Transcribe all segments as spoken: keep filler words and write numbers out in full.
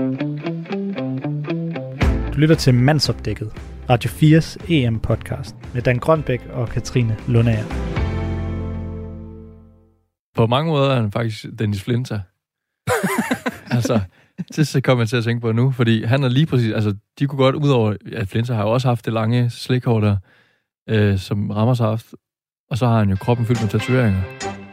Du lytter til Mandsopdækket, Radio fires E M-podcast med Dan Grønbæk og Katrine Lundager. På mange måder er han faktisk Dennis Flinter. altså, det kommer jeg til at tænke på nu, fordi han er lige præcis, altså, de kunne godt, udover, at Flinter har jo også haft det lange slikhår der, øh, som Ramos har haft, og så har han jo kroppen fyldt med tatoveringer.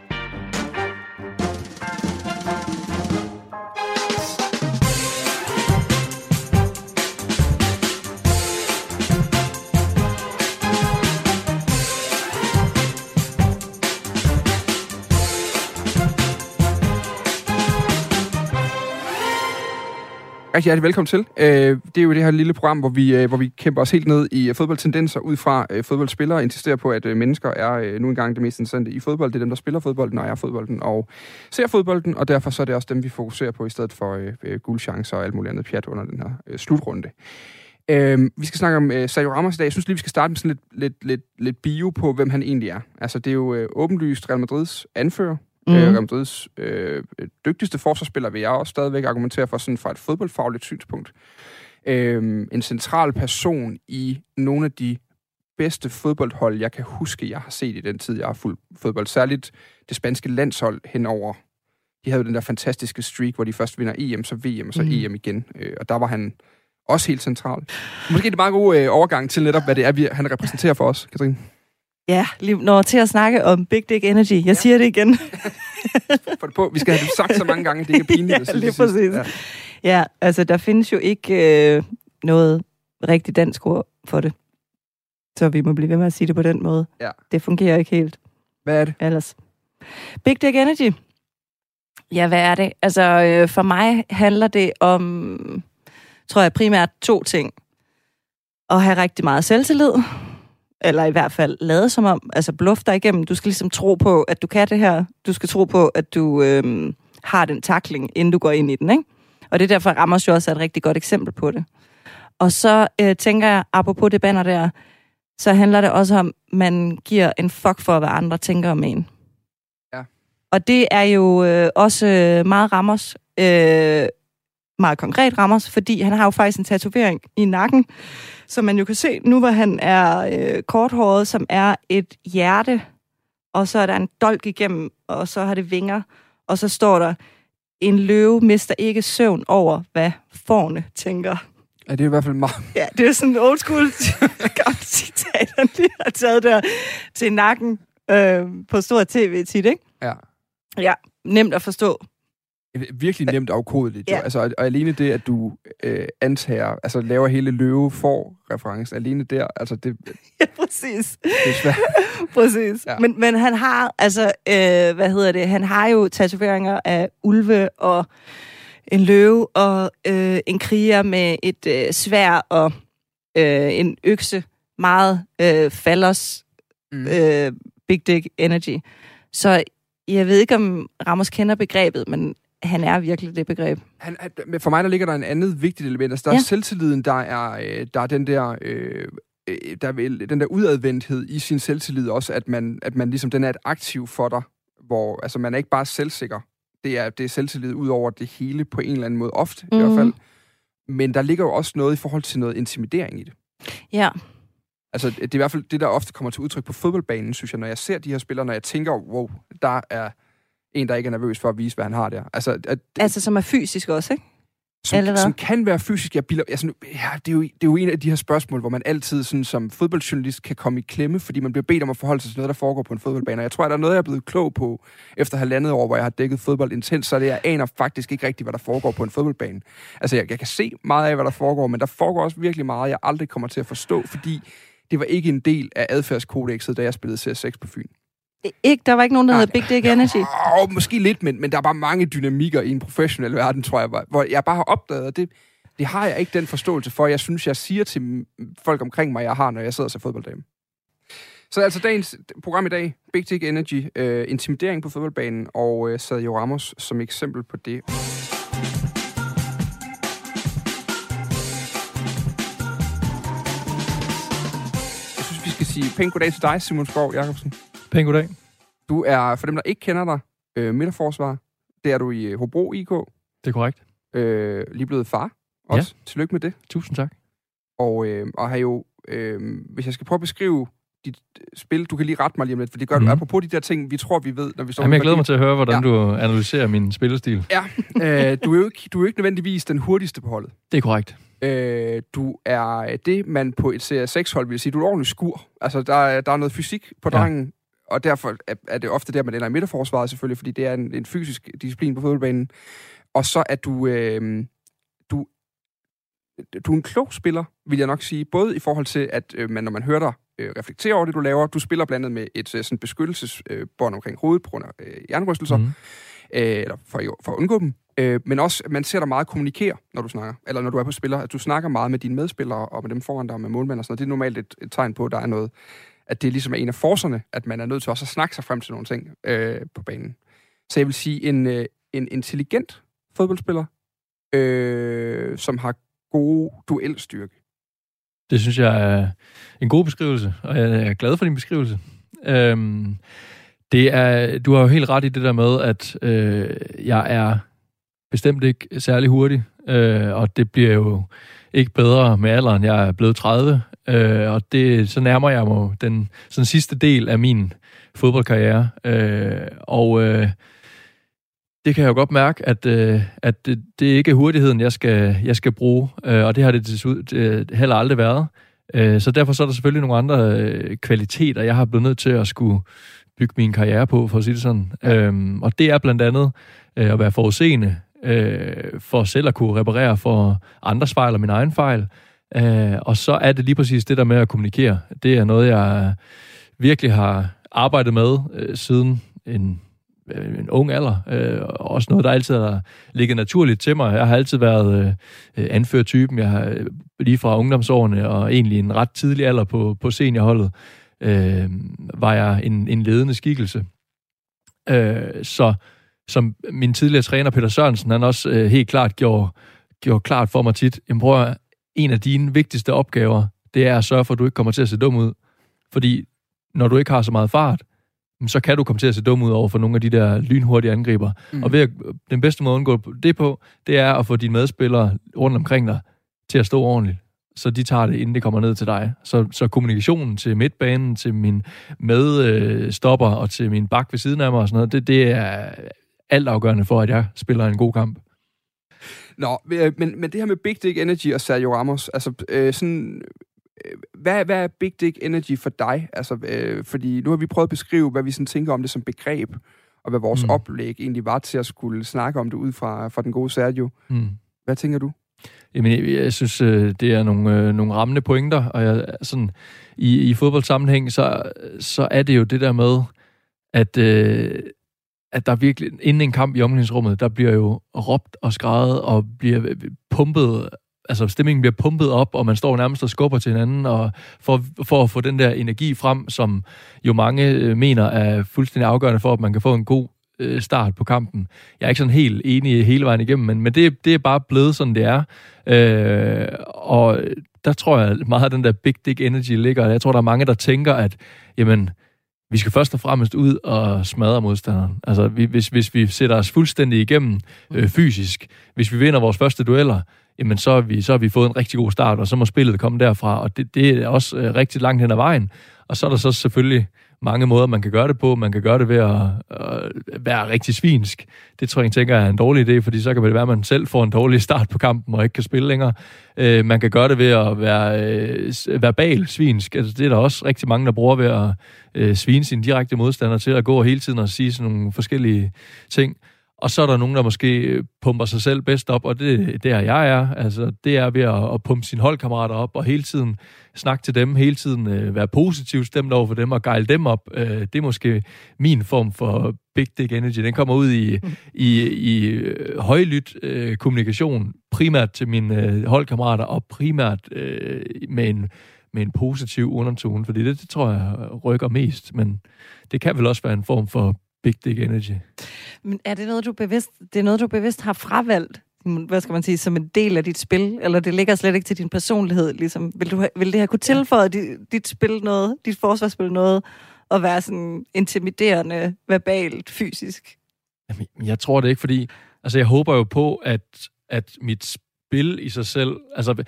Rigtig hjertelig velkommen til. Det er jo det her lille program, hvor vi, hvor vi kæmper os helt ned i fodboldtendenser ud fra fodboldspillere og insisterer på, at mennesker er nu engang det mest interessante i fodbold. Det er dem, der spiller fodbolden og er fodbolden og ser fodbolden, og derfor så er det også dem, vi fokuserer på i stedet for uh, guldchancer og alt muligt andet pjat under den her uh, slutrunde. Uh, vi skal snakke om uh, Sergio Ramos i dag. Jeg synes lige, vi skal starte med sådan lidt, lidt, lidt, lidt bio på, hvem han egentlig er. Altså, det er jo uh, åbenlyst Real Madrids anfører. Mm. Real Madrids øh, dygtigste forsvarsspiller vil jeg også stadigvæk argumentere for sådan fra et fodboldfagligt synspunkt. Øh, en central person i nogle af de bedste fodboldhold, jeg kan huske, jeg har set i den tid, jeg har fulgt fodbold. Særligt det spanske landshold henover. De havde jo den der fantastiske streak, hvor de først vinder E M, så V M, og så mm. E M igen. Øh, og der var han også helt central. Måske er det meget god øh, overgang til netop, hvad det er, vi, han repræsenterer for os, Katrine. Ja, lige når til at snakke om Big Dick Energy. Jeg ja. siger det igen. For det på. Vi skal have det sagt så mange gange, det ikke er pinligt. Ja, lige præcis. Ja. ja, altså der findes jo ikke øh, noget rigtig dansk ord for det. Så vi må blive ved med at sige det på den måde. Ja. Det fungerer ikke helt. Hvad er det? Ellers. Big Dick Energy. Ja, hvad er det? Altså øh, for mig handler det om, tror jeg primært to ting. At have rigtig meget selvtillid. Eller i hvert fald lade som om, altså bluff dig igennem. Du skal ligesom tro på, at du kan det her. Du skal tro på, at du øhm, har den tackling, inden du går ind i den, ikke? Og det er derfor, Ramos jo også er et rigtig godt eksempel på det. Og så øh, tænker jeg, apropos det banner der, så handler det også om, man giver en fuck for, hvad andre tænker om en. Ja. Og det er jo øh, også meget Ramos, øh, meget konkret Ramos, fordi han har jo faktisk en tatovering i nakken, som man jo kan se nu, hvor han er øh, korthåret, som er et hjerte, og så er der en dolk igennem, og så har det vinger, og så står der, en løve mister ikke søvn over, hvad fårene tænker. Ja, det er i hvert fald meget. Ja, det er sådan en old school gammelt citat, han lige har taget der til nakken øh, på stor tv tit, ikke? Ja. Ja, nemt at forstå. Virkelig nemt afkodeligt. Ja. Altså, og alene det, at du øh, antager, altså laver hele løve for referencen, alene der, altså det... Ja, præcis. Det er svært. Præcis. Ja. Men, men han har, altså, øh, hvad hedder det, han har jo tatoveringer af ulve og en løve og øh, en kriger med et øh, sværd og øh, en økse. Meget øh, fallers mm. øh, Big Dick Energy. Så jeg ved ikke, om Ramos kender begrebet, men han er virkelig det begreb. Han, for mig der ligger der en andet vigtigt element. Altså, der ja. er selvtilliden, der er, der er den der, øh, der er den der udadvendthed i sin selvtillid også, at man, at man ligesom, den er et aktiv for dig, hvor altså, man er ikke bare selvsikker. Det er, det er selvtillid ud over det hele på en eller anden måde, ofte mm. i hvert fald. Men der ligger jo også noget i forhold til noget intimidering i det. Ja. Altså, det er i hvert fald det, der ofte kommer til udtryk på fodboldbanen, synes jeg, når jeg ser de her spillere, når jeg tænker, wow, der er en, der ikke er nervøs for at vise, hvad han har der. Altså, at, altså som er fysisk også, ikke? Som, som kan være fysisk. Jeg bilder, altså, ja, det, er jo, det er jo en af de her spørgsmål, hvor man altid sådan, som fodboldjournalist kan komme i klemme, fordi man bliver bedt om at forholde sig til noget, der foregår på en fodboldbane. Og jeg tror, at der er noget, jeg er blevet klog på efter halvandet år, hvor jeg har dækket fodbold intens, så det, jeg aner faktisk ikke rigtigt, hvad der foregår på en fodboldbane. Altså, jeg, jeg kan se meget af, hvad der foregår, men der foregår også virkelig meget, jeg aldrig kommer til at forstå, fordi det var ikke en del af adfærdskodekset, da jeg spillede C S seks på Fyn. Ikke, der var ikke nogen, der hedder Big Dick Energy? Åh, måske lidt, men, men der er bare mange dynamikker i en professionel verden, tror jeg, hvor jeg bare har opdaget, og det, det har jeg ikke den forståelse for. Jeg synes, jeg siger til folk omkring mig, jeg har, når jeg sidder og ser fodbolddame. Så altså dagens program i dag, Big Dick Energy, øh, intimidering på fodboldbanen, og øh, Sergio Ramos som eksempel på det. Jeg synes, vi skal sige pænt goddag til dig, Simon Skov Jacobsen. Pænt goddag. Du er, for dem, der ikke kender dig, øh, midterforsvar. Det er du i Hobro I K. Det er korrekt. Øh, lige blevet far også. Ja. Tillykke med det. Tusind tak. Og, øh, og har jo, øh, hvis jeg skal prøve at beskrive dit spil, du kan lige rette mig lige om lidt, for det gør mm. du apropos de der ting, vi tror, vi ved, når vi står... Jamen, jeg glæder mig til at høre, hvordan ja. du analyserer min spillestil. Ja, øh, du, er jo ikke, du er jo ikke nødvendigvis den hurtigste på holdet. Det er korrekt. Øh, du er det, man på et serie seks-hold vil sige, du er ordentlig skur. Altså, der er, der er noget fysik på drengen, ja. Og derfor er, er det ofte der, man ender i midterforsvaret selvfølgelig, fordi det er en, en fysisk disciplin på fodboldbanen. Og så er du... Øh, du du er en klog spiller, vil jeg nok sige, både i forhold til, at øh, man, når man hører dig øh, reflektere over det, du laver, du spiller blandt andet med et øh, sådan beskyttelsesbånd øh, omkring hovedet på grund af øh, jernrystelser, mm. øh, eller for, for at undgå dem, øh, men også, man ser dig meget kommunikere, når du snakker, eller når du er på spiller, at du snakker meget med dine medspillere, og med dem foran dig, og med målmænd og sådan noget. Det er normalt et, et tegn på, at der er noget, at det ligesom er en af forserne, at man er nødt til også at snakke sig frem til nogle ting øh, på banen. Så jeg vil sige, en, øh, en intelligent fodboldspiller, øh, som har gode duelstyrke. Det synes jeg er en god beskrivelse, og jeg er glad for din beskrivelse. Øhm, det er, du har jo helt ret i det der med, at øh, jeg er bestemt ikke særlig hurtig, øh, og det bliver jo ikke bedre med alderen. Jeg er blevet tredive, øh, og det, så nærmer jeg mig den sådan sidste del af min fodboldkarriere. Øh, og øh, det kan jeg jo godt mærke, at, øh, at det, det ikke er hurtigheden, jeg skal, jeg skal bruge, øh, og det har det, det, det heller aldrig været. Øh, så derfor så er der selvfølgelig nogle andre øh, kvaliteter, jeg har blevet nødt til at skulle bygge min karriere på, for at sige det sådan. Øh, og det er blandt andet øh, at være forudseende, øh, for selv at kunne reparere for andres fejl og min egen fejl. Øh, og så er det lige præcis det der med at kommunikere. Det er noget, jeg virkelig har arbejdet med øh, siden en en ung alder, øh, og også noget, der altid har ligget naturligt til mig. Jeg har altid været øh, anførtypen. Jeg har øh, lige fra ungdomsårene og egentlig en ret tidlig alder på, på seniorholdet, øh, var jeg en, en ledende skikkelse. Øh, så som min tidligere træner, Peter Sørensen, han også øh, helt klart gjorde, gjorde klart for mig tit, jamen prøv at, en af dine vigtigste opgaver, det er at sørge for, at du ikke kommer til at se dum ud. Fordi når du ikke har så meget fart, så kan du komme til at se dum ud over for nogle af de der lynhurtige angriber. Mm. Og ved at, den bedste måde at undgå det på, det er at få dine medspillere rundt omkring dig til at stå ordentligt, så de tager det, inden det kommer ned til dig. Så, så kommunikationen til midtbanen, til min medstopper og til min bak ved siden af mig og sådan noget, det, det er altafgørende for, at jeg spiller en god kamp. Nå, men, men det her med Big Dick Energy og Sergio Ramos, altså øh, sådan... Hvad, hvad er Big Dick Energy for dig? Altså, øh, fordi nu har vi prøvet at beskrive, hvad vi sådan tænker om det som begreb, og hvad vores mm. oplæg egentlig var til at skulle snakke om det ud fra, fra den gode Sergio. Mm. Hvad tænker du? Jamen, jeg, jeg synes, det er nogle, øh, nogle rammende pointer, og jeg, sådan, i, i fodboldsammenhæng, så, så er det jo det der med, at, øh, at der virkelig, inden en kamp i omklædningsrummet, der bliver jo råbt og skreget, og bliver pumpet. Altså, stemningen bliver pumpet op, og man står nærmest og skubber til hinanden, og for, for at få den der energi frem, som jo mange øh, mener er fuldstændig afgørende for, at man kan få en god øh, start på kampen. Jeg er ikke sådan helt enig hele vejen igennem, men, men det, det er bare blevet sådan, det er. Øh, og der tror jeg, meget af den der Big Dick Energy ligger. Jeg tror, der er mange, der tænker, at jamen, vi skal først og fremmest ud og smadre modstanderen. Altså, vi, hvis, hvis vi sætter os fuldstændig igennem øh, fysisk, hvis vi vinder vores første dueller, jamen så har, vi, så har vi fået en rigtig god start, og så må spillet komme derfra, og det, det er også øh, rigtig langt hen ad vejen. Og så er der så selvfølgelig mange måder, man kan gøre det på. Man kan gøre det ved at øh, være rigtig svinsk. Det tror jeg, jeg tænker er en dårlig idé, fordi så kan det være, at man selv får en dårlig start på kampen, og ikke kan spille længere. Øh, man kan gøre det ved at være øh, verbal svinsk. Altså, det er der også rigtig mange, der bruger ved at øh, svine sine direkte modstandere til at gå hele tiden og sige sådan nogle forskellige ting. Og så er der nogen, der måske pumper sig selv bedst op, og det, det er jeg er. Altså, det er ved at, at pumpe sine holdkammerater op, og hele tiden snakke til dem, hele tiden øh, være positivt stemt over for dem, og gejle dem op. Øh, det er måske min form for Big Dick Energy. Den kommer ud i, mm. i, i øh, højlydt øh, kommunikation, primært til mine øh, holdkammerater, og primært øh, med, en, med en positiv undertone, fordi det, det tror jeg rykker mest, men det kan vel også være en form for Big Dick Energy. Men er det noget, du bevidst, det er noget, du bevidst har fravalgt, hvad skal man sige, som en del af dit spil, eller det ligger slet ikke til din personlighed, ligesom? Vil, du, vil det her kunne tilføje dit, dit spil noget, dit forsvarsspil noget, og være sådan intimiderende, verbalt, fysisk? Jamen, jeg tror det ikke, fordi altså, jeg håber jo på, at at mit spil i sig selv, altså,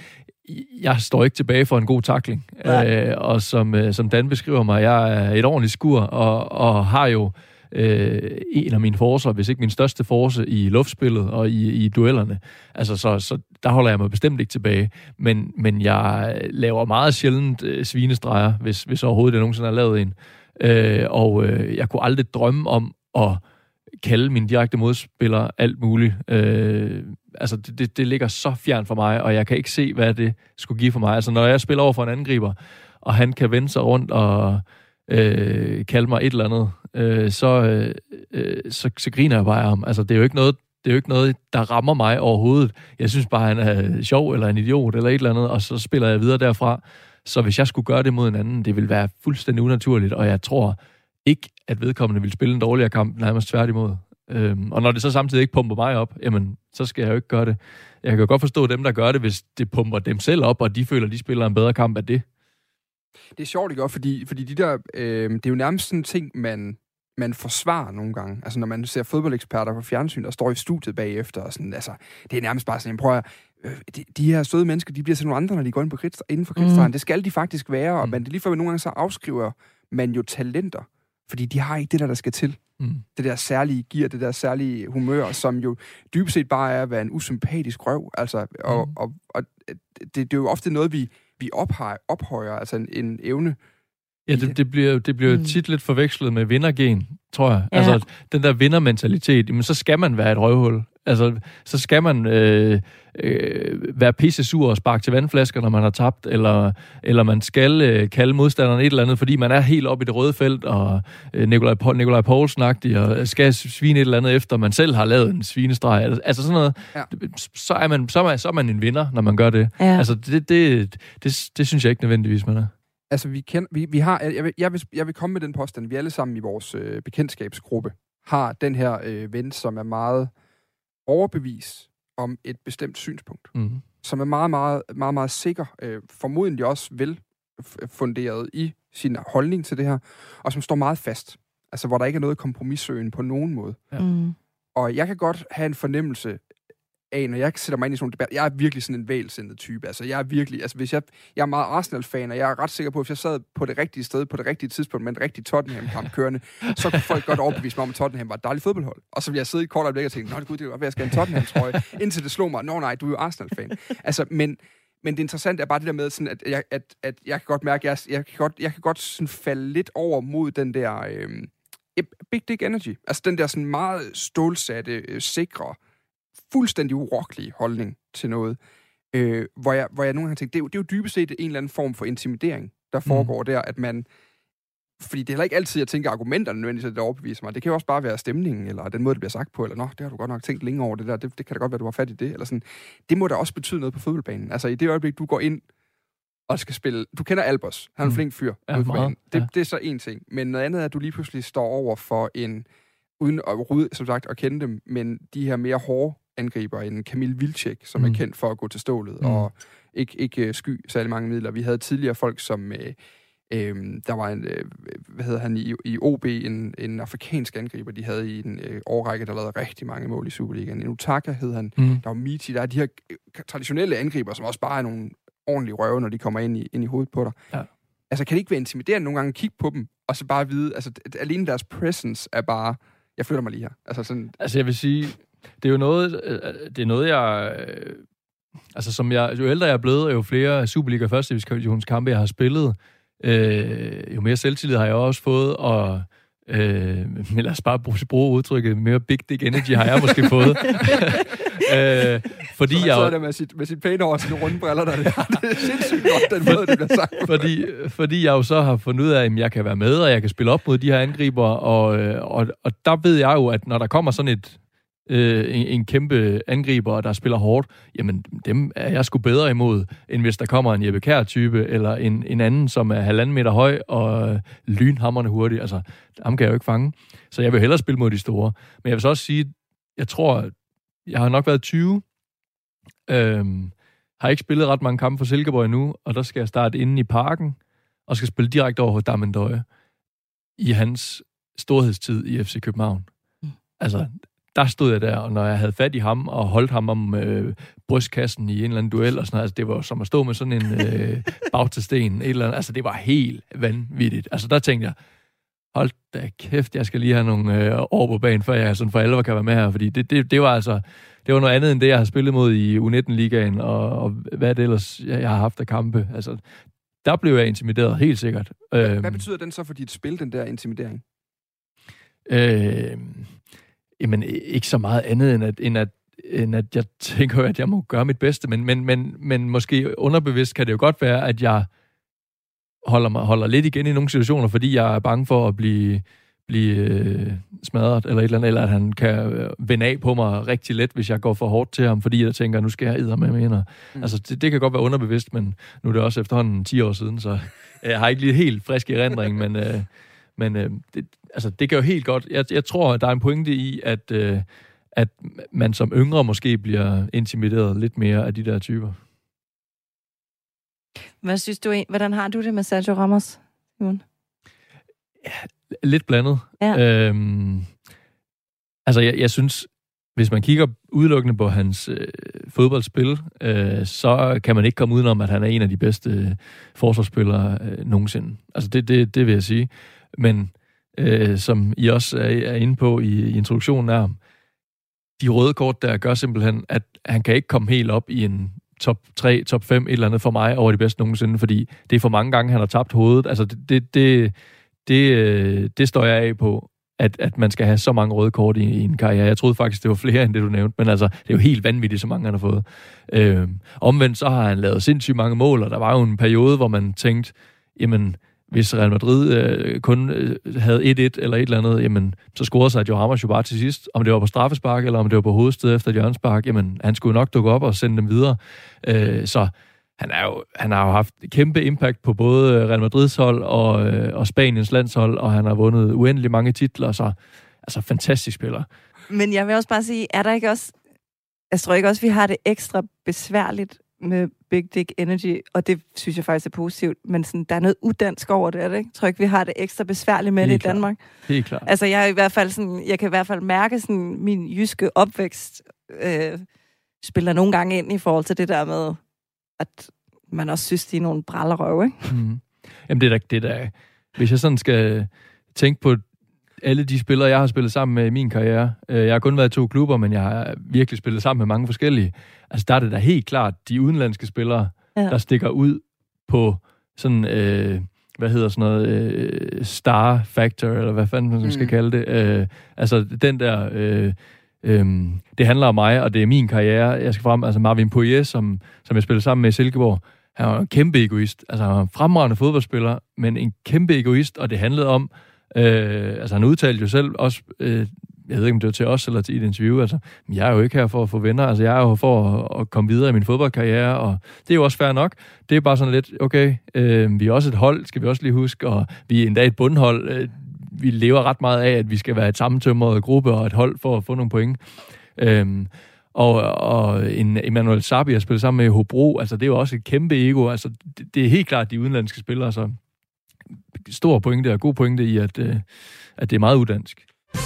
jeg står ikke tilbage for en god tackling. Øh, og som, øh, som Dan beskriver mig, jeg er et ordentligt skur, og, og har jo øh, en af mine forcer, hvis ikke min største force i luftspillet og i, i duellerne. Altså, så, så der holder jeg mig bestemt ikke tilbage. Men, men jeg laver meget sjældent øh, svinestreger, hvis, hvis overhovedet jeg nogensinde har lavet en. Øh, og øh, jeg kunne aldrig drømme om at kalde mine direkte modspillere alt muligt. Øh, altså, det, det, det ligger så fjern for mig, og jeg kan ikke se, hvad det skulle give for mig. Altså, når jeg spiller over for en angriber, og han kan vende sig rundt og øh, kalde mig et eller andet, øh, så, øh, så, så griner jeg bare af ham. Altså, det er jo ikke noget, det er jo ikke noget, der rammer mig overhovedet. Jeg synes bare, han er sjov, eller en idiot, eller et eller andet, og så spiller jeg videre derfra. Så hvis jeg skulle gøre det mod en anden, det ville være fuldstændig unaturligt, og jeg tror ikke, at vedkommende vil spille en dårligere kamp, nærmest tværtimod. Øhm, og når det så samtidig ikke pumper mig op, jamen, så skal jeg jo ikke gøre det. Jeg kan godt forstå dem, der gør det, hvis det pumper dem selv op, og de føler, at de spiller en bedre kamp af det. Det er sjovt, ikke? Fordi, fordi de der, øh, det er jo nærmest sådan en ting, man, man forsvarer nogle gange. Altså, når man ser fodboldeksperter på fjernsyn, der står i studiet bagefter, og sådan, altså, det er nærmest bare sådan, prøv at øh, de, de her søde mennesker, de bliver til nogle andre, når de går ind på kridt, inden for kridtstregen. Mm. Det skal de faktisk være, og man, lige før nogle gange så afskriver man jo talenter, fordi de har ikke det der, der skal til. Mm. Det der særlige gear, det der særlige humør, som jo dybest set bare er at være en usympatisk røv. Altså, og, mm. og, og det, det er jo ofte noget, vi, vi ophøjer, ophøjer, altså en, en evne. Ja, det, det bliver, det bliver mm. tit lidt forvekslet med vindergen, tror jeg. Ja. Altså, den der vindermentalitet, jamen, så skal man være et røvhul. Altså, så skal man øh, øh, være pissesur og sparke til vandflasker, når man har tabt, eller, eller man skal øh, kalde modstanderen et eller andet, fordi man er helt oppe i det røde felt, og øh, Nikolaj, Nikolaj Poulsen-agtig, og skal svine et eller andet efter, man selv har lavet en svinestreg. Altså sådan noget. Ja. Så, er man, så, er man, så er man en vinder, når man gør det. Ja. Altså, det, det, det, det synes jeg ikke nødvendigvis, man er. Altså, vi, kender, vi, vi har, jeg vil, jeg, vil, jeg vil komme med den påstand, vi alle sammen i vores øh, bekendtskabsgruppe har den her øh, ven, som er meget overbevis om et bestemt synspunkt, mm. som er meget, meget, meget, meget sikker, øh, formodentlig også velfunderet i sin holdning til det her, og som står meget fast. Altså, hvor der ikke er noget kompromissøgen på nogen måde. Ja. Mm. Og jeg kan godt have en fornemmelse af, når jeg sætter mig ind i sådan en debat, jeg er virkelig sådan en vælsindet type. Altså, jeg er virkelig, altså, hvis jeg, jeg er meget Arsenal-fan, og jeg er ret sikker på, at hvis jeg sad på det rigtige sted, på det rigtige tidspunkt, med en rigtig Tottenham-kamp kørende, så kunne folk godt overbevise mig om, at Tottenham var et dejligt fodboldhold. Og så ville jeg sidde i et kort øjeblik og tænke, nå, det gud, det er godt, jeg skal have en Tottenham-trøje, indtil det slog mig, nå nej, du er jo Arsenal-fan. Altså, men, men det interessante er bare det der med, sådan, at, jeg, at, at jeg kan godt mærke, at jeg, jeg kan godt, jeg kan godt sådan falde lidt over mod den der øh, Big Dick Energy. Altså, den der sådan meget stålsatte, øh, sikre, fuldstændig urokkelige holdning til noget, øh, hvor, jeg, hvor jeg nogle gange tænkte, det er, jo, det er jo dybest set en eller anden form for intimidering, der foregår mm. der, at man, fordi det er heller ikke altid, jeg tænker argumenterne nødvendigvis, at det overbeviser mig. Det kan jo også bare være stemningen, eller den måde, det bliver sagt på, eller nå, det har du godt nok tænkt længe over det der, det, det kan da godt være, du har fat i det, eller sådan. Det må da også betyde noget på fodboldbanen. Altså i det øjeblik, du går ind og skal spille, du kender Albers, han er en mm. flink fyr ja, ude på banen. Det, ja. det er så en ting. Men noget andet er, at du lige pludselig står over for en, uden at rydde, som sagt, at kende dem, men de her mere hårde angriber, en Kamil Vilcek, som mm. er kendt for at gå til stålet, mm. og ikke, ikke sky særlig mange midler. Vi havde tidligere folk, som øh, øh, der var en, øh, hvad hedder han, i, i O B, en, en afrikansk angriber, de havde i en øh, årrække, der lavede rigtig mange mål i Superligaen. En Utaka hed han, mm. der var Miti, der er de her traditionelle angriber, som også bare er nogle ordentlige røve, når de kommer ind i, ind i hovedet på dig. Ja. Altså, kan det ikke være intimiderende nogle gange at kigge på dem, og så bare vide, altså, alene deres presence er bare, jeg flytter mig lige her. Altså, sådan, altså jeg vil sige, det er jo noget, det er noget, jeg... Altså, som jeg, jo ældre jeg er blevet, jo flere Superliga første divisionskampe, jeg har spillet, øh, jo mere selvtillid har jeg også fået, og øh, men lad os bare bruge, bruge udtrykket, mere Big Dick Energy har jeg måske fået. øh, fordi så man jeg... der med sit, med sit pæne over sine runde briller, der det er sindssygt godt, den måde, det bliver sagt. fordi, fordi jeg jo så har fundet ud af, at jeg kan være med, og jeg kan spille op mod de her angriber, og, og, og der ved jeg jo, at når der kommer sådan et Øh, en, en kæmpe angriber, der spiller hårdt, jamen dem er jeg sgu bedre imod, end hvis der kommer en Jeppe Kjær-type, eller en, en anden, som er halvanden meter høj, og lynhamrende hurtig. Altså, ham kan jeg jo ikke fange. Så jeg vil hellere spille mod de store. Men jeg vil så også sige, jeg tror, jeg har nok været tyve, øhm, har ikke spillet ret mange kampe for Silkeborg endnu, og der skal jeg starte inde i parken, og skal spille direkte over hos Damendøje, i hans storhedstid i F C København. Mm. Altså, der stod jeg der, og når jeg havde fat i ham og holdt ham om øh, brystkassen i en eller anden duel og sådan noget, altså det var som at stå med sådan en øh, bag til sten, et eller andet, altså det var helt vanvittigt. Altså der tænkte jeg, hold da kæft, jeg skal lige have nogle øh, år på banen, før jeg sådan for alvor kan være med her, fordi det, det, det var altså, det var noget andet end det, jeg har spillet mod i U nitten-ligaen, og, og hvad det ellers, jeg har haft af kampe. Altså, der blev jeg intimideret, helt sikkert. Hvad, øhm, hvad betyder den så for dit spil, den der intimidering? Øh, jamen, ikke så meget andet, end at, end at, end at jeg tænker, at jeg må gøre mit bedste, men, men, men, men måske underbevidst kan det jo godt være, at jeg holder, mig, holder lidt igen i nogle situationer, fordi jeg er bange for at blive, blive øh, smadret, eller et eller andet, eller at han kan vende af på mig rigtig let, hvis jeg går for hårdt til ham, fordi jeg tænker, nu skal jeg edder med mig. Mm. Altså, det, det kan godt være underbevidst, men nu er det også efterhånden ti år siden, så jeg har ikke lige helt frisk i erindring, men, øh, men øh, det, altså, det kan jo helt godt. Jeg, jeg tror, at der er en pointe i, at, øh, at man som yngre måske bliver intimideret lidt mere af de der typer. Hvad synes du, hvordan har du det med Sergio Ramos, Simon? Ja, lidt blandet. Ja. Øhm, altså, jeg, jeg synes, hvis man kigger udelukkende på hans øh, fodboldspil, øh, så kan man ikke komme udenom, at han er en af de bedste øh, forsvarsspillere øh, nogensinde. Altså, det, det, det vil jeg sige. Men øh, som I også er, er inde på i, i introduktionen af ham, de røde kort der gør simpelthen, at han kan ikke komme helt op i en top tre, top fem, et eller andet for mig over de bedste nogensinde, fordi det er for mange gange, han har tabt hovedet. Altså, det, det, det, det, det står jeg af på, at, at man skal have så mange røde kort i, i en karriere. Jeg troede faktisk, det var flere end det, du nævnte, men altså, det er jo helt vanvittigt, så mange han har fået. Øh, omvendt så har han lavet sindssygt mange mål, og der var jo en periode, hvor man tænkte, jamen, hvis Real Madrid øh, kun øh, havde et et eller et eller andet, jamen, så scorede Sergio Ramos jo bare til sidst. Om det var på straffespark, eller om det var på hovedsted efter et hjørnespark, jamen, han skulle nok dukke op og sende dem videre. Øh, så han, er jo, han har jo haft kæmpe impact på både Real Madrids hold og, øh, og Spaniens landshold, og han har vundet uendelig mange titler, så altså fantastisk spiller. Men jeg vil også bare sige, er der ikke også... Jeg tror ikke også, vi har det ekstra besværligt med Big Dick Energy, og det synes jeg faktisk er positivt, men sådan, der er noget udansk over det, er det ikke? Jeg tror ikke, vi har det ekstra besværligt med Helt det i Danmark. Helt klart. Altså, jeg, er i hvert fald sådan, jeg kan i hvert fald mærke, sådan, min jyske opvækst øh, spiller nogle gange ind i forhold til det der med, at man også synes, de er nogle brællerøv, ikke? Mm. Jamen, det er da det der. Hvis jeg sådan skal tænke på alle de spillere, jeg har spillet sammen med i min karriere. Jeg har kun været i to klubber, men jeg har virkelig spillet sammen med mange forskellige. Altså, der er det da helt klart de udenlandske spillere, ja. Der stikker ud på sådan, øh, hvad hedder sådan noget, øh, star factor, eller hvad fanden man skal mm. kalde det. Øh, altså, den der, øh, øh, det handler om mig, og det er min karriere. Jeg skal frem, altså Marvin Poirier, som, som jeg spillede sammen med i Silkeborg, han var en kæmpe egoist. Altså, han var en fremragende fodboldspiller, men en kæmpe egoist, og det handlede om, Øh, altså han udtalte jo selv også, øh, jeg ved ikke om det var til os eller til et interview, altså, jeg er jo ikke her for at få venner, altså jeg er jo for at, at komme videre i min fodboldkarriere, og det er jo også fair nok. Det er bare sådan lidt, okay, øh, vi er også et hold, skal vi også lige huske, og vi er endda et bundhold. Øh, vi lever ret meget af, at vi skal være et sammentømret gruppe og et hold for at få nogle point. Øh, og, og en Emmanuel Sarbi, jeg spiller sammen med i Hobro, altså det er jo også et kæmpe ego, altså det, det er helt klart de udenlandske spillere, så stor pointe og god pointe i, at, øh, at det er meget udansk.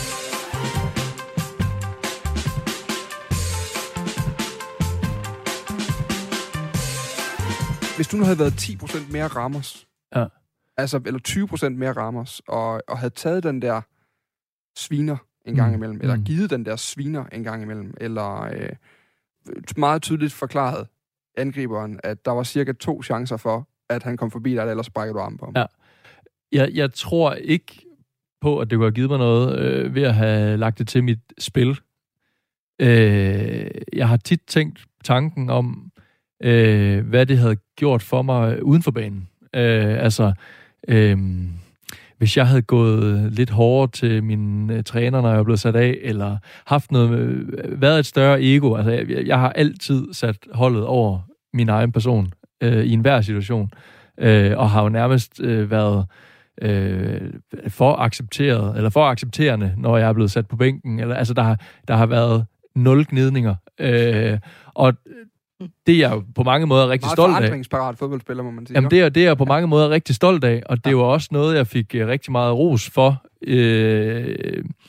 Hvis du nu havde været ti procent mere Ramos, ja. altså, eller tyve procent mere Ramos, og, og havde taget den der sviner en gang imellem, mm. eller givet den der sviner en gang imellem, eller øh, meget tydeligt forklaret angriberen, at der var cirka to chancer for, at han kom forbi dig, ellers brækker du armen på ham. Ja. Jeg, jeg tror ikke på, at det kunne have givet mig noget øh, ved at have lagt det til mit spil. Øh, jeg har tit tænkt tanken om, øh, hvad det havde gjort for mig uden for banen. Øh, altså, øh, hvis jeg havde gået lidt hårdere til mine øh, træner, når jeg er blevet sat af, eller haft noget, øh, været et større ego. Altså, jeg, jeg har altid sat holdet over min egen person øh, i enhver situation, øh, og har jo nærmest øh, været øh, for accepteret, eller for accepterende, når jeg er blevet sat på bænken. Eller, altså, der har, der har været nul gnidninger. Øh, og det er jeg jo på mange måder rigtig meget stolt af. Meget forandringsparat fodboldspiller, må man sige. Jamen, det er, det er jeg på mange måder rigtig stolt af, og det ja. var også noget, jeg fik rigtig meget ros for. Øh,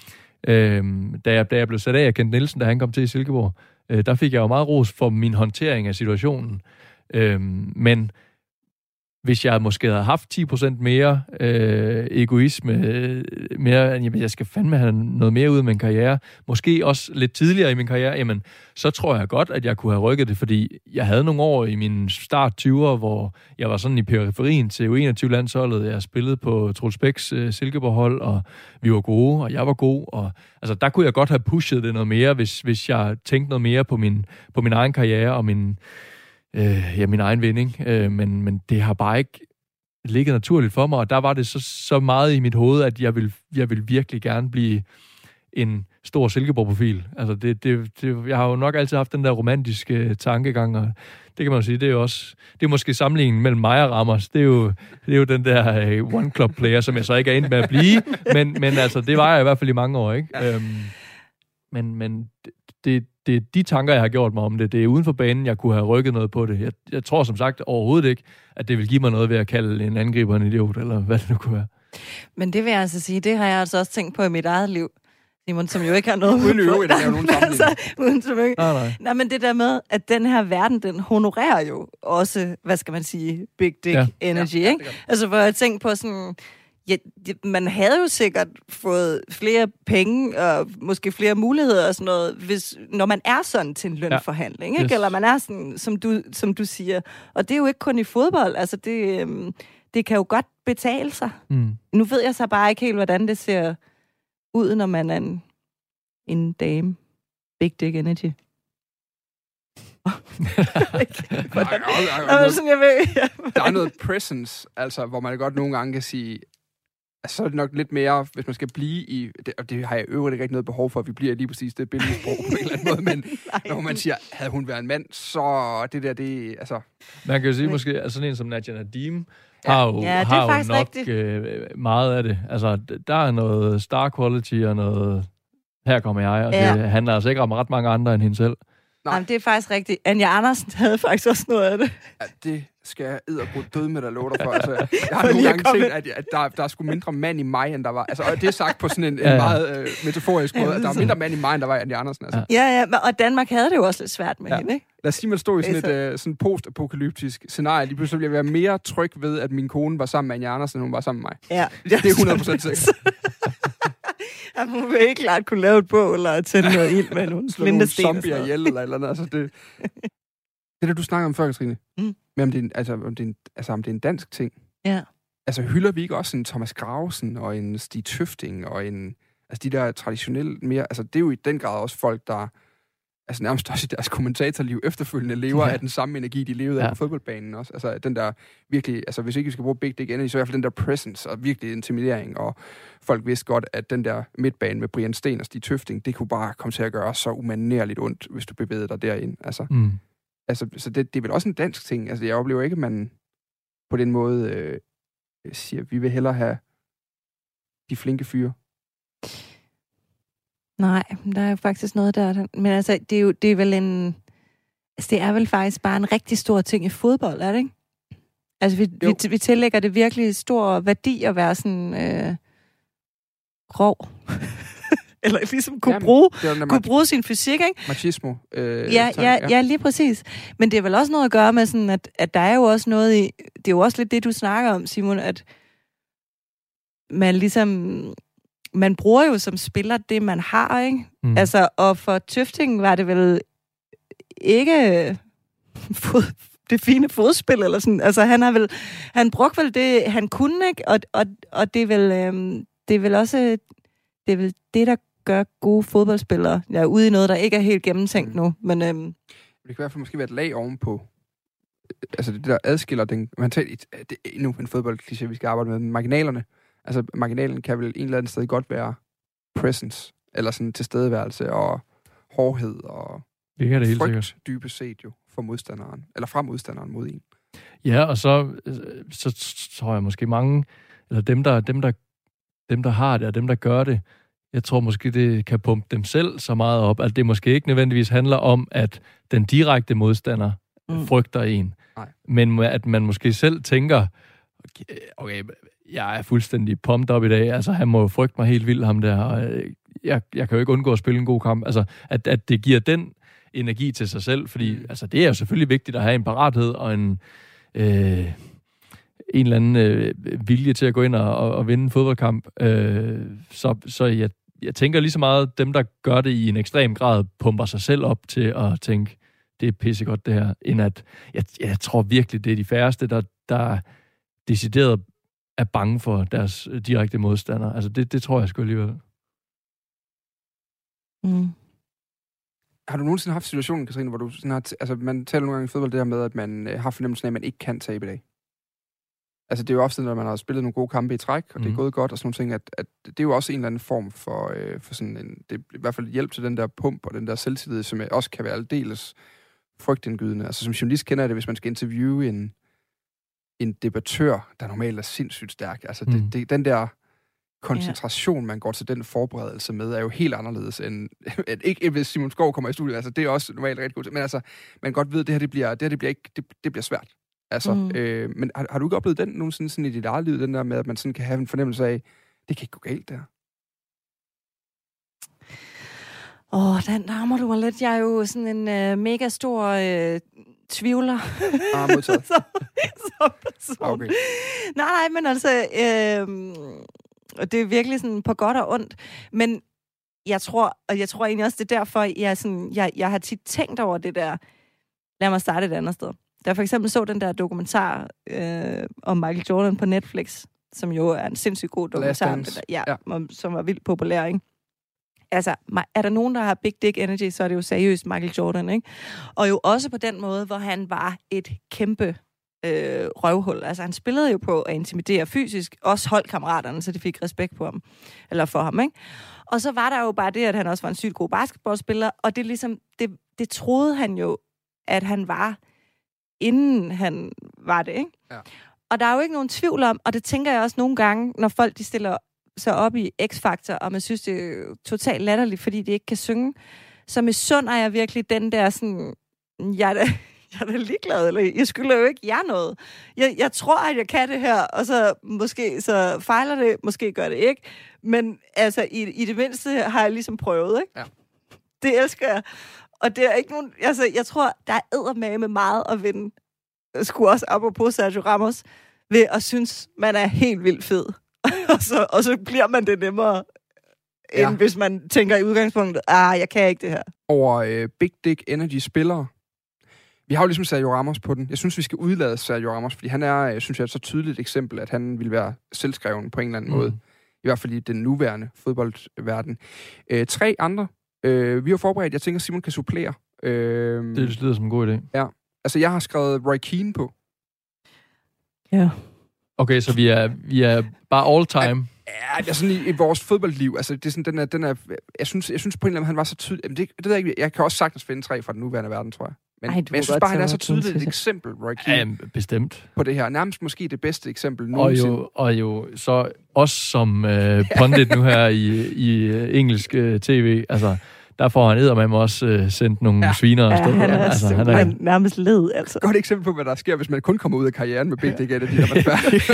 Øhm, da, jeg, da jeg blev sat af af Kent Nielsen, da han kom til i Silkeborg, øh, der fik jeg jo meget ros for min håndtering af situationen. Øhm, men hvis jeg måske havde haft ti procent mere øh, egoisme, øh, mere, jamen, jeg skal fandme have noget mere ud af min karriere, måske også lidt tidligere i min karriere, jamen, så tror jeg godt, at jeg kunne have rykket det, fordi jeg havde nogle år i min start tyverne, hvor jeg var sådan i periferien til U enogtyve-landsholdet. Jeg spillede på Troels Bæks øh, Silkeborg-hold, og vi var gode, og jeg var god. Og, altså, der kunne jeg godt have pushet det noget mere, hvis, hvis jeg tænkte noget mere på min, på min egen karriere og min... Øh, ja, min egen vinding, øh, men, men det har bare ikke ligget naturligt for mig, og der var det så, så meget i mit hoved, at jeg vil, jeg vil virkelig gerne blive en stor Silkeborg-profil. Altså, det, det, det, jeg har jo nok altid haft den der romantiske tankegang, og det kan man sige, det er jo også, det er måske sammenligningen mellem mig og Ramos, det er jo, det er jo den der uh, one-club-player, som jeg så ikke er endt med at blive, men, men altså, det var jeg i hvert fald i mange år, ikke? Ja. Øhm, men, men det, det er de tanker, jeg har gjort mig om det. Det er uden for banen, jeg kunne have rykket noget på det. Jeg, jeg tror som sagt overhovedet ikke, at det vil give mig noget ved at kalde en angriber en idiot, eller hvad det nu kunne være. Men det vil jeg altså sige, det har jeg altså også tænkt på i mit eget liv, Simon, som jo ikke har noget... Uden øvrigt, der er jo nogen sammenligning. Altså, uden så nej, nej. nej, men det der med, at den her verden, den honorerer jo også, hvad skal man sige, big dick ja. energy, ja, ikke? Altså, hvor jeg tænkte på sådan... Ja, man havde jo sikkert fået flere penge og måske flere muligheder og sådan noget, hvis, når man er sådan til en lønforhandling, ja. Ikke? Yes. Eller man er sådan, som du, som du siger. Og det er jo ikke kun i fodbold. Altså, det, øhm, det kan jo godt betale sig. Mm. Nu ved jeg så bare ikke helt, hvordan det ser ud, når man er en, en dame. Big dick energy. Der er noget presence, altså, hvor man godt nogle gange kan sige, altså, så er det nok lidt mere, hvis man skal blive i, det, og det har jeg øvrigt ikke rigtig noget behov for, at vi bliver lige præcis det billedsprog på en eller anden måde, men når man siger, havde hun været en mand, så det der, det, altså... Man kan jo sige måske, at sådan en som Nadia Nadim har jo, ja, har jo nok øh, meget af det. Altså, der er noget star quality og noget, her kommer jeg, og ja. Det handler altså ikke om ret mange andre end hende selv. Nej, det er faktisk rigtigt. Anja Andersen havde faktisk også noget af det. Ja, det skal jeg eddergrudt døde med dig love dig for. Altså, jeg har nogle gange tænkt, at, at der, der er sgu mindre mand i mig, end der var. Altså, og det er sagt på sådan en, ja, ja. en meget øh, metaforisk måde, at der er mindre mand i mig, end der var Anja Andersen. Altså. Ja, ja, og Danmark havde det jo også lidt svært med ja. hende, ikke? Lad os sige, at man stod i sådan et øh, sådan post-apokalyptisk scenarie. Lige pludselig ville jeg være mere tryg ved, at min kone var sammen med Anja Andersen, end hun var sammen med mig. Ja. Det er hundrede procent sikkert. Ja, hun vil ikke klart kunne lave et bål eller tænde noget ild med nogle flinte sten. Slå nogle zombier ihjel eller eller andet. Altså, det, det der, du snakker om før, Katrine. Mm. Men om det, er en, altså, om, det er en, altså, om det er en dansk ting. Ja. Altså, hylder vi ikke også en Thomas Gravesen og en Stig Tøfting og en... Altså, de der traditionelle mere... Altså, det er jo i den grad også folk, der... Altså, nærmest også i deres kommentatorliv efterfølgende lever ja. af den samme energi, de levede af ja. på fodboldbanen også. Altså, den der virkelig... Altså, hvis ikke vi skal bruge big dick energy, så i hvert fald den der presence og virkelig intimidering. Og folk vidste godt, at den der midtbane med Brian Sten og Stig Tøfting, det kunne bare komme til at gøre så umanerligt ondt, hvis du bevægede dig derind. Altså, mm. altså så det, det er vel også en dansk ting. Altså, jeg oplever ikke, at man på den måde øh, siger, at vi vil hellere have de flinke fyre. Nej, der er jo faktisk noget der. Men altså, det er jo det er vel en... Altså, det er vel faktisk bare en rigtig stor ting i fodbold, er det ikke? Altså, vi, vi, vi tillægger det virkelig stor værdi at være sådan øh, grov. Eller ligesom kunne, Jamen, bruge, kunne mat- bruge sin fysik, ikke? Machismo. Øh, ja, tak, ja, ja, lige præcis. Men det er vel også noget at gøre med sådan, at, at der er jo også noget i... Det er jo også lidt det, du snakker om, Simon, at man ligesom... Man bruger jo som spiller det, man har, ikke? Mm. Altså, og for Tøfting var det vel ikke fod, det fine fodspil, eller sådan. Altså, han har vel, han brugte vel det, han kunne, ikke? Og, og, og det er vel, øhm, det er vel også, det er vel det, der gør gode fodboldspillere. Jeg er ude i noget, der ikke er helt gennemtænkt mm. nu, men... Øhm, det kan i hvert fald måske være et lag ovenpå. Altså, det der adskiller den... Man tager, det er endnu en fodboldkliché, vi skal arbejde med. Marginalerne. Altså, marginalen kan vel en eller anden sted godt være presence, eller sådan tilstedeværelse og hårdhed og det kan det helt frygt, sikkert. Dybest set jo, for modstanderen, eller fra modstanderen mod en. Ja, og så, så tror jeg måske mange, eller dem der, dem, der, dem, der har det, og dem, der gør det, jeg tror måske, det kan pumpe dem selv så meget op, at det måske ikke nødvendigvis handler om, at den direkte modstander mm. frygter en. Nej. Men at man måske selv tænker, okay, okay, jeg er fuldstændig pumped op i dag. Altså, han må frygte mig helt vildt, ham der. Og jeg, jeg kan jo ikke undgå at spille en god kamp. Altså, at, at det giver den energi til sig selv, fordi mm. altså, det er jo selvfølgelig vigtigt at have en parathed og en, øh, en eller anden øh, vilje til at gå ind og, og, og vinde en fodboldkamp. Øh, så så jeg, jeg tænker lige så meget, dem, der gør det i en ekstrem grad, pumper sig selv op til at tænke, det er pissegodt det her, end at jeg, jeg tror virkelig, det er de færreste, der, der decideret er bange for deres direkte modstandere. Altså, det, det tror jeg sgu alligevel. Mm. Har du nogensinde haft situationen, Katrine, hvor du sådan har... T- altså, man taler nogle gange i fodbold det her med, at man øh, har fornemmelsen af, at man ikke kan tabe i dag. Altså, det er jo ofte, når man har spillet nogle gode kampe i træk, og mm. det er gået godt og sådan nogle ting, at, at det er jo også en eller anden form for, øh, for sådan en... Det er i hvert fald hjælp til den der pump og den der selvtillid, som også kan være aldeles frygtindgydende. Altså, som journalist kender jeg det, hvis man skal interviewe en, en debattør, der normalt er sindssygt stærk. Altså, det, mm. det, den der koncentration, man går til den forberedelse med, er jo helt anderledes end... At ikke hvis Simon Skov kommer i studiet, altså, det er også normalt rigtig godt. Men altså, man godt ved, at det her, det bliver, det her, det bliver, ikke, det, det bliver svært. Altså, mm. øh, men har, har du ikke oplevet den nogensinde sådan i dit eget liv, den der med, at man sådan kan have en fornemmelse af, det kan ikke gå galt der? Åh, oh, den rammer du mig lidt. Jeg er jo sådan en øh, mega stor øh, tvivler. Ah, modtaget. som, som person. Okay. Nej, nej, men altså, øh, det er virkelig sådan på godt og ondt. Men jeg tror, og jeg tror egentlig også, det er derfor, jeg, sådan, jeg, jeg har tit tænkt over det der, lad mig starte et andet sted. Da jeg for eksempel så den der dokumentar øh, om Michael Jordan på Netflix, som jo er en sindssygt god dokumentar, der, ja, ja. som var vildt populær, ikke? Altså, er der nogen, der har big dick energy, så er det jo seriøst Michael Jordan, ikke? Og jo også på den måde, hvor han var et kæmpe øh, røvhul. Altså, han spillede jo på at intimidere fysisk, også holdkammeraterne, så de fik respekt på ham, eller for ham, ikke? Og så var der jo bare det, at han også var en sygt god basketballspiller, og det ligesom, det, det troede han jo, at han var, inden han var det, ikke? Ja. Og der er jo ikke nogen tvivl om, og det tænker jeg også nogle gange, når folk de stiller sig op i X-Factor, og man synes, det er totalt latterligt, fordi de ikke kan synge, så misunder jeg virkelig den der sådan, jeg er da, jeg er da ligeglad, eller jeg skylder jo ikke jer noget. Jeg, jeg tror, at jeg kan det her, og så måske så fejler det, måske gør det ikke, men altså i, i det mindste har jeg ligesom prøvet, ikke? Ja. Det elsker jeg. Og det er ikke nogen, altså jeg tror, der er eddermame med meget at vinde, sgu også apropos Sergio Ramos, ved at synes, man er helt vildt fed. og, så, og så bliver man det nemmere, ja. End hvis man tænker i udgangspunktet, ah, jeg kan ikke det her. Over øh, Big Dick Energy-spillere. Vi har jo ligesom Sergio Ramos på den. Jeg synes, vi skal udlade Sergio Ramos, fordi han er, jeg synes jeg, et så tydeligt eksempel, at han vil være selvskreven på en eller anden mm. måde. I hvert fald i den nuværende fodboldverden. Øh, tre andre. Øh, vi har forberedt, jeg tænker, Simon kan supplere. Øh, det lyder som en god idé. Ja. Altså, jeg har skrevet Roy Keane på. Ja. Okay, så vi er, vi er bare all time. Ja, det er sådan i, i vores fodboldliv. Altså, det er sådan, den er, den er, jeg synes, jeg synes på en eller anden, han var så tydelig. Jamen, det, det ved jeg ikke. Jeg kan også sagtens finde tre fra den nuværende verden, tror jeg. Men, Ej, men jeg synes bare, han er så tydeligt et eksempel, Roy Keane. Ja, bestemt. På det her. Nærmest måske det bedste eksempel nogensinde. Og jo, og jo så os som øh, pundit nu her i, i engelsk øh, tv, altså... Der får han eddermame også øh, sendt nogle ja. sviner afsted. Ja, han er, altså, han er nærmest led, altså. Godt eksempel på, hvad der sker, hvis man kun kommer ud af karrieren med Big Dick Energy, når man er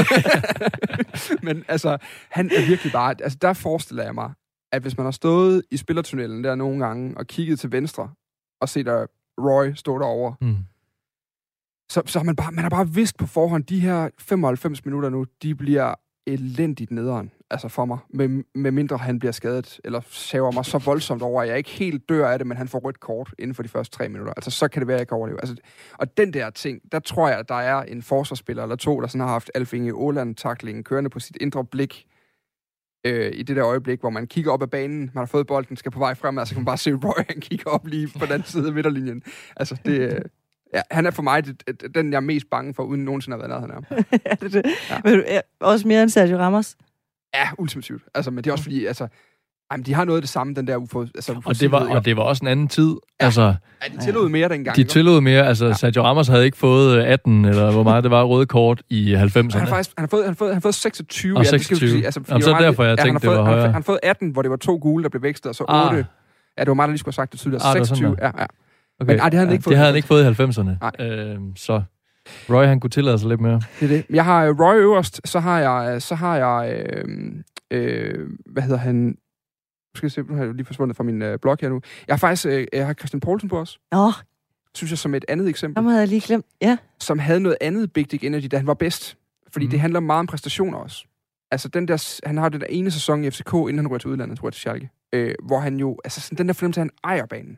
færdig. Men altså, han er virkelig bare... Altså, der forestiller jeg mig, at hvis man har stået i spillertunnelen der nogle gange, og kigget til venstre, og set der Roy stå derovre, mm. så, så har man bare, man har bare vidst på forhånd, de her femoghalvfems minutter nu, de bliver elendigt nederen. Altså for mig, med, med mindre han bliver skadet, eller saver mig så voldsomt over, at jeg ikke helt dør af det, men han får rødt kort inden for de første tre minutter. Altså så kan det være, at jeg kan overleve. Altså, og den der ting, der tror jeg, at der er en forsvarsspiller eller to, der sådan har haft Alf Inge Åland-taklingen kørende på sit indre blik, øh, i det der øjeblik, hvor man kigger op ad banen, man har fået bolden, skal på vej frem, altså kan man bare se Roy, han kigger op lige på den anden side af midterlinjen. Altså det... Ja, han er for mig det, det, den, jeg er mest bange for, uden nogensinde at have været nær han er. ja, det, det. Ja. Men også mere end Sergio Ramos? Ja, ultimativt. Altså, men det er også fordi, altså, jamen, de har noget af det samme, den der ufo, altså, og, det var, og det var også en anden tid. Ja, altså, ja de tillod mere dengang. De tillod mere. Altså, ja. Sergio Ramos havde ikke fået atten, eller hvor meget det var, røde kort i halvfemserne. Han har faktisk han har fået, han har fået, han har fået seksogtyve. Og seksogtyve. Ja, sige, altså, jamen, så derfor, jeg ja, tænkte, fået, det var højere. Han har fået atten, hvor det var to gule, der blev vækstet, og så otte. Ah. Ja, det var meget, der lige skulle have sagt det tydeligt. Ah, seksogtyve, ja, ja. Okay. Men ej, det havde han ikke fået. Det havde han ikke fået i halvfemserne. Øh, så Roy, han kunne tillade sig lidt mere. Det er det. Jeg har Roy øverst, så har jeg, så har jeg, øh, øh, hvad hedder han, skal jeg se, nu har jeg lige forsvundet fra min øh, blog her nu. Jeg har faktisk øh, jeg har Christian Poulsen på os. Nå, Synes jeg som et andet eksempel. ham havde jeg lige glemt. Ja. Som havde noget andet Big Dick Energy, da han var bedst. Fordi mm. det handler meget om præstationer også. Altså, den der, han har den der ene sæson i F C K, inden han rører til udlandet, tror jeg, til Schalke. Øh, hvor han jo, altså sådan, den der fornemmelse, at han ejer banen.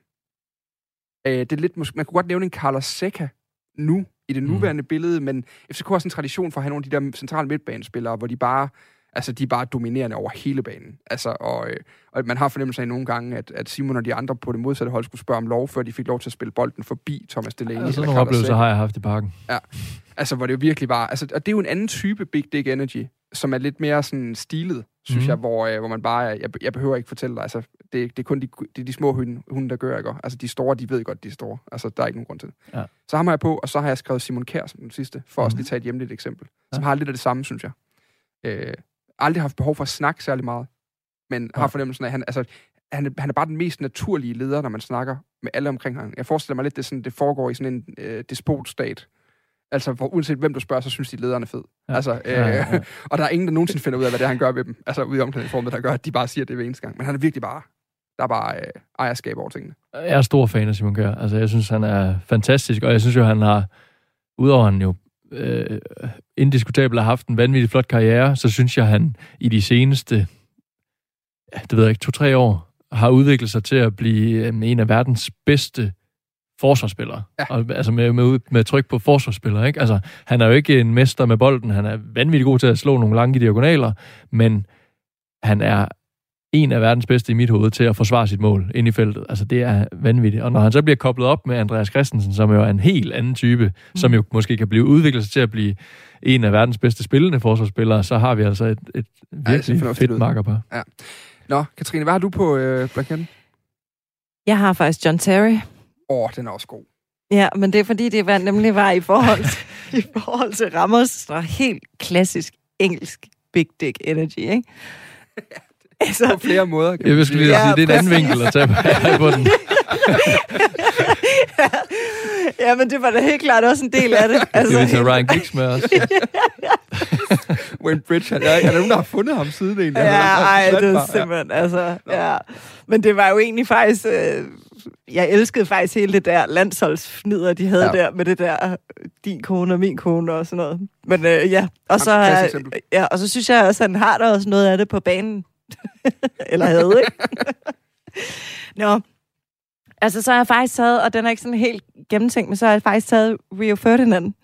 Øh, det er lidt, man kunne godt nævne en Carlos Seca nu, i det nuværende mm. billede, men F C K har sådan en tradition for at have nogle af de der centrale midtbanespillere, hvor de bare, altså, de er bare dominerende over hele banen. Altså, og, øh, og man har fornemmelse af nogle gange, at, at Simon og de andre på det modsatte hold skulle spørge om lov, før de fik lov til at spille bolden forbi Thomas Delaney. Ja, sådan nogle oplevelser har jeg haft i parken. Ja, altså, hvor det jo virkelig var, altså, og det er jo en anden type Big Dick Energy, som er lidt mere sådan stilet, synes mm. jeg, hvor, øh, hvor man bare, jeg, jeg behøver ikke fortælle dig, altså, det, det er kun de, det er de små hunde, hunde, der gør, ikke? Altså, de store, de ved godt, de er store. Altså, der er ikke nogen grund til det. Ja. Så ham har jeg på, og så har jeg skrevet Simon Kjær som den sidste, for mm. også lige tage et hjemligt eksempel, ja. Som har lidt af det samme, synes jeg. Øh, aldrig haft behov for at snakke særlig meget, men ja. Har fornemmelsen af, at han, altså, han, er, han er bare den mest naturlige leder, når man snakker med alle omkring ham. Jeg forestiller mig lidt, det, sådan, det foregår i sådan en øh, despotstat. Altså, for uanset hvem du spørger, så synes de, lederen er fed. Ja. Altså, øh, ja, ja, ja. Og der er ingen, der nogensinde finder ud af, hvad det er, han gør ved dem. Altså, ude i omklædningsrummet, der gør, at de bare siger det hver eneste gang. Men han er virkelig bare, der er bare øh, ejerskab over tingene. Jeg er stor fan af Simon Kjær. Altså, jeg synes, han er fantastisk, og jeg synes jo, han har, udover han jo øh, indiskutabelt har haft en vanvittig flot karriere, så synes jeg, han i de seneste, ja, det ved jeg ikke, to-tre år, har udviklet sig til at blive øh, en af verdens bedste forsvarsspillere. Ja. Og, altså med, med, med tryk på forsvarsspillere, ikke? Altså, han er jo ikke en mester med bolden, han er vanvittig god til at slå nogle lange diagonaler, men han er en af verdens bedste i mit hoved til at forsvare sit mål ind i feltet. Altså, det er vanvittigt. Og når han så bliver koblet op med Andreas Christensen, som jo er en helt anden type, mm. som jo måske kan blive udviklet sig til at blive en af verdens bedste spillende forsvarsspillere, så har vi altså et, et virkelig ja, fedt makkerpar. Ja. Nå, Katrine, hvad har du på øh, blanketten? Jeg har faktisk John Terry. Åh, oh, den er også god. Ja, men det er fordi, det var, nemlig var i forhold til, i forhold til Ramos, der er helt klassisk engelsk Big Dick Energy, ikke? Altså, på flere måder. Jeg vil skulle lige ja, sige, det er en anden vinkel at tage på den. ja, ja, men det var da helt klart også en del af det. Altså, det vil tage Ryan Giggs med os. Wayne Bridge, er der nogen, der har fundet ham siden egentlig? Ja, ej, det er simpelthen, altså, ja. Men det var jo egentlig faktisk, øh, jeg elskede faktisk hele det der landsholdsfnider, de havde ja. Der, med det der, din kone og min kone og sådan noget. Men øh, ja, og så, ja, ja, og så synes jeg også, at han har der også noget af det på banen. Eller havde, ikke? Nå. Altså, så har jeg faktisk taget, og den er ikke sådan helt gennemtænkt, men så har jeg faktisk taget Rio Ferdinand.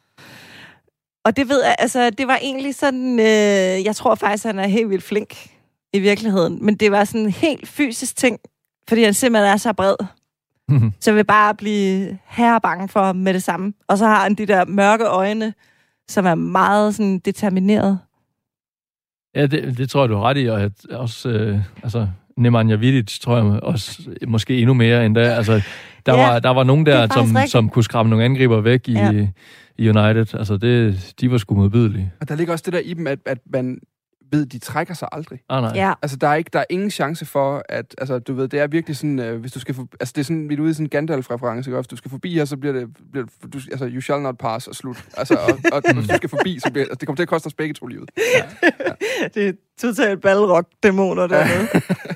Og det ved jeg, altså, det var egentlig sådan, øh, jeg tror faktisk, han er helt vildt flink i virkeligheden. Men det var sådan en helt fysisk ting, fordi han simpelthen er så bred. Mm-hmm. Så jeg vil bare blive herre bange for ham med det samme. Og så har han de der mørke øjne, som er meget sådan determineret. Ja, det, det tror jeg, du har ret i, og at også, øh, altså, Nemanja Vidic, tror jeg også, måske endnu mere end da. Altså, der, ja, var, der var nogen der, som, som kunne skræmme nogle angriber væk i, ja. i United. Altså, det, de var sgu modbydelige. Og der ligger også det der i dem, at, at man ved, de trækker sig aldrig. Ah, nej. Ja. Altså, der er, ikke, der er ingen chance for, at, altså, du ved, det er virkelig sådan, øh, hvis du skal, for, altså, det er sådan, vi er ude i sådan en Gandalf-reference, ikke? Hvis du skal forbi her, så bliver det, bliver det du, altså, you shall not pass, og slut. Altså, og, og hvis du skal forbi, så bliver altså, det kommer til at koste os begge to livet. Ja. Ja. Det er totalt balrog-dæmoner dernede.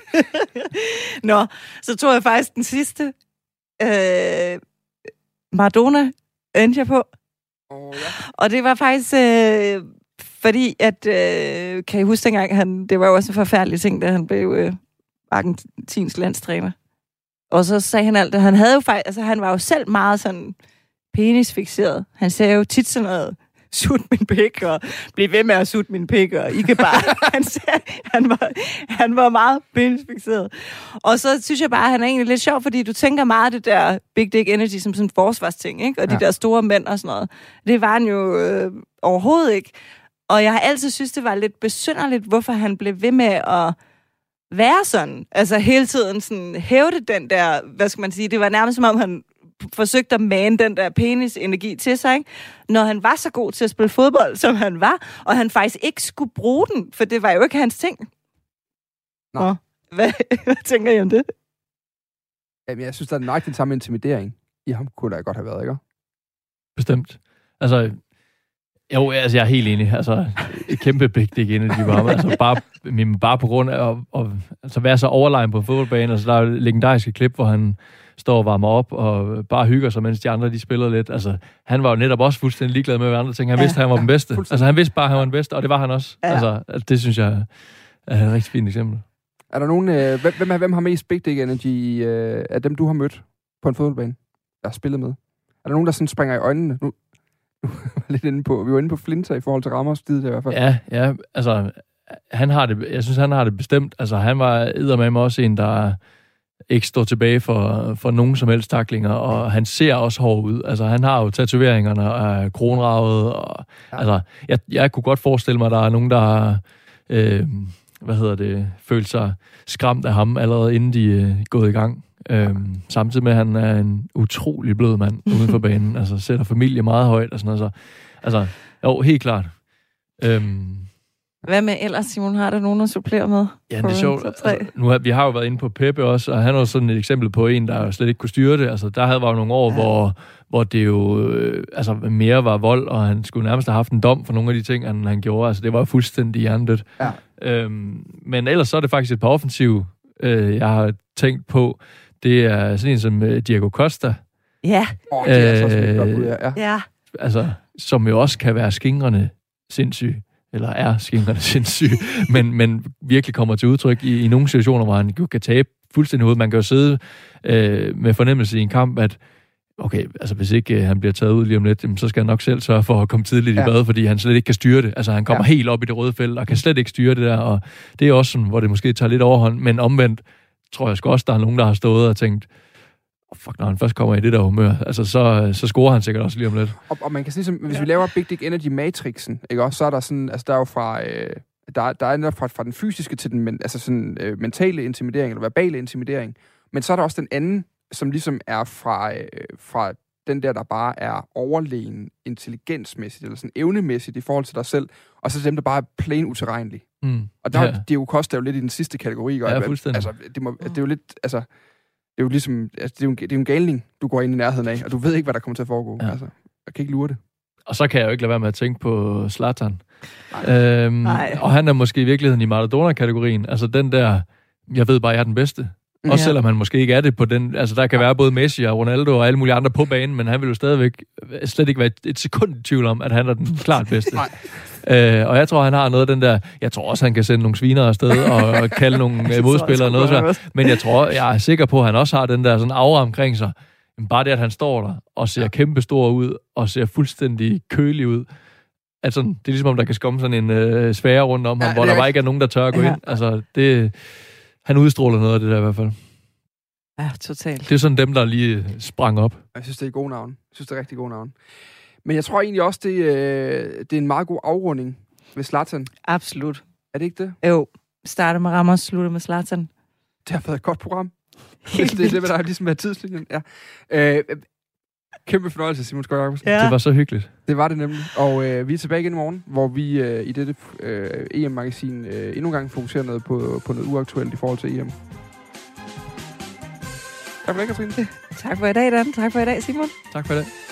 Nå, så tog jeg faktisk den sidste. Øh, Maradona endte jeg på. Oh, ja. Og det var faktisk... Øh, Fordi at, øh, kan I huske dengang, han, det var jo også en forfærdelig ting, da han blev øh, Argentins landstræner. Og så sagde han alt det. Han havde jo faktisk, altså han var jo selv meget sådan penisfixeret. Han sagde jo tit sådan noget, sut min pik, og bliv ved med at sutte min pik, og I kan bare... han, sagde, han, var, han var meget penisfixeret. Og så synes jeg bare, at han er egentlig lidt sjov, fordi du tænker meget det der Big Dick Energy som sådan en forsvarsting, ikke? Og de ja. Der store mænd og sådan noget. Det var han jo øh, overhovedet ikke. Og jeg har altid synes, det var lidt besynderligt, hvorfor han blev ved med at være sådan. Altså hele tiden sådan hævde den der, hvad skal man sige, det var nærmest som om han forsøgte at mane den der penis-energi til sig, ikke? Når han var så god til at spille fodbold, som han var, og han faktisk ikke skulle bruge den, for det var jo ikke hans ting. Nå. Nå. Hvad, hvad tænker I om det? Jamen, jeg synes, der er nok den samme intimidering i ham, kunne der godt have været, ikke? Bestemt. Altså... Jo, altså jeg er helt enig. Altså, et kæmpe big dick Energy var. Altså, bare, men bare på grund af at, at altså, være så overlegen på en fodboldbane. Altså, der er jo legendariske klip, hvor han står og varmer op og bare hygger sig, mens de andre de spiller lidt. Altså, han var jo netop også fuldstændig ligeglad med, hvad andre ting. Han ja, vidste, at han var ja, den bedste. Altså, han vidste bare, at han var den bedste, og det var han også. Ja. Altså, det synes jeg er et rigtig fint eksempel. Er der nogen... Øh, hvem, hvem, hvem har mest big dick energy øh, af dem, du har mødt på en fodboldbane, der har spillet med? Er der nogen, der sådan springer i øjnene? Nu, nu var lidt inde på, vi var inde på Flinter i forhold til Ramos tid, i hvert fald. Ja, ja, altså, han har det, jeg synes, han har det bestemt. Altså, han var eddermame også en, der ikke står tilbage for, for nogen som helst taklinger, og han ser også hård ud. Altså, han har jo tatoveringerne og kronravet, og ja. altså, jeg, jeg kunne godt forestille mig, at der er nogen, der har, øh, hvad hedder det, følt sig skræmt af ham, allerede inden de er øh, gået i gang. Øhm, samtidig med, at han er en utrolig blød mand uden for banen. Altså, sætter familie meget højt og sådan noget. Så, altså, jo, helt klart. Øhm, Hvad med ellers, Simon? Har der nogen, der supplerer med? Ja, det er sjovt. Altså, nu har, vi har jo været inde på Pepe også, og han var sådan et eksempel på en, der slet ikke kunne styre det. Altså, der havde været nogle år, ja. hvor, hvor det jo øh, altså, mere var vold, og han skulle nærmest have haft en dom for nogle af de ting, han, han gjorde. Altså, det var fuldstændig hjernedødt. Ja. Øhm, men ellers så er det faktisk et par offensive, øh, jeg har tænkt på. Det er sådan en som uh, Diego Costa. Ja. Åh, oh, det er altså også et godt bud, ja. Ja. Altså, som jo også kan være skingrende sindssyg, eller er skingrende sindssyg, men, men virkelig kommer til udtryk i, i nogle situationer, hvor han kan tabe fuldstændig hovedet. Man kan jo sidde øh, med fornemmelse i en kamp, at okay, altså hvis ikke øh, han bliver taget ud lige om lidt, så skal han nok selv sørge for at komme tidligt ja. i bad, fordi han slet ikke kan styre det. Altså han kommer ja. helt op i det røde felt, og kan slet ikke styre det der, og det er også sådan, hvor det måske tager lidt overhånd, men omvendt tror jeg sgu også, der er nogen, der har stået og tænkt, oh, fuck, når han først kommer i det der humør, altså så, så scorer han sikkert også lige om lidt. Og, og man kan sige, som, hvis ja. vi laver Big Dick Energy Matrixen, ikke også, så er der sådan, altså der er jo fra, øh, der, der er fra, fra den fysiske til den men, altså sådan, øh, mentale intimidering, eller verbale intimidering, men så er der også den anden, som ligesom er fra, øh, fra den der, der bare er overlegen intelligensmæssigt, eller sådan evnemæssigt i forhold til dig selv, og så dem, der bare er plain utilregnelig. Mm. Og der, ja. Diego Costa er jo lidt i den sidste kategori. Og, ja, fuldstændig. Altså, det, må, det er jo lidt, altså, det er jo ligesom, altså, det er jo, det er jo en galning, du går ind i nærheden af, og du ved ikke, hvad der kommer til at foregå. Ja. Altså, jeg kan ikke lure det. Og så kan jeg jo ikke lade være med at tænke på Zlatan. Øhm, og han er måske i virkeligheden i Maradona-kategorien. Altså den der, jeg ved bare, jeg er den bedste. Også ja. selvom han måske ikke er det på den... Altså, der kan være både Messi og Ronaldo og alle mulige andre på banen, men han vil jo stadigvæk slet ikke være et, et sekund i tvivl om, at han er den klart bedste. øh, og jeg tror, han har noget af den der... Jeg tror også, han kan sende nogle sviner afsted og, og kalde nogle modspillere og noget så. Men jeg tror, jeg er sikker på, at han også har den der sådan aura omkring sig. Men bare det, at han står der og ser kæmpe stor ud og ser fuldstændig kølig ud. Altså, det er ligesom, om der kan komme sådan en øh, sfære rundt om ham, ja, hvor der bare ikke er nogen, der tør at gå ja. ind. Altså, det... Han udstråler noget af det der i hvert fald. Ja, totalt. Det er sådan dem, der lige sprang op. Jeg synes, det er et god navn. Jeg synes, det er rigtig god navn. Men jeg tror egentlig også, det, øh, det er en meget god afrunding ved Zlatan. Absolut. Er det ikke det? Jo. Starter med Ramos, slutter med Zlatan. Det har været et godt program. Helt det er det, der er ligesom med tidslinjen. Ja. Øh, kæmpe fornøjelse, Simon Skøj Jacobsen. Ja. Det var så hyggeligt. Det var det nemlig. Og øh, vi er tilbage igen i morgen, hvor vi øh, i dette øh, E M-magasin øh, endnu en gang fokuserer noget på, på noget uaktuelt i forhold til E M. Tak for det, Katrine. Tak for i dag, Dan. Tak for i dag, Simon. Tak for i dag.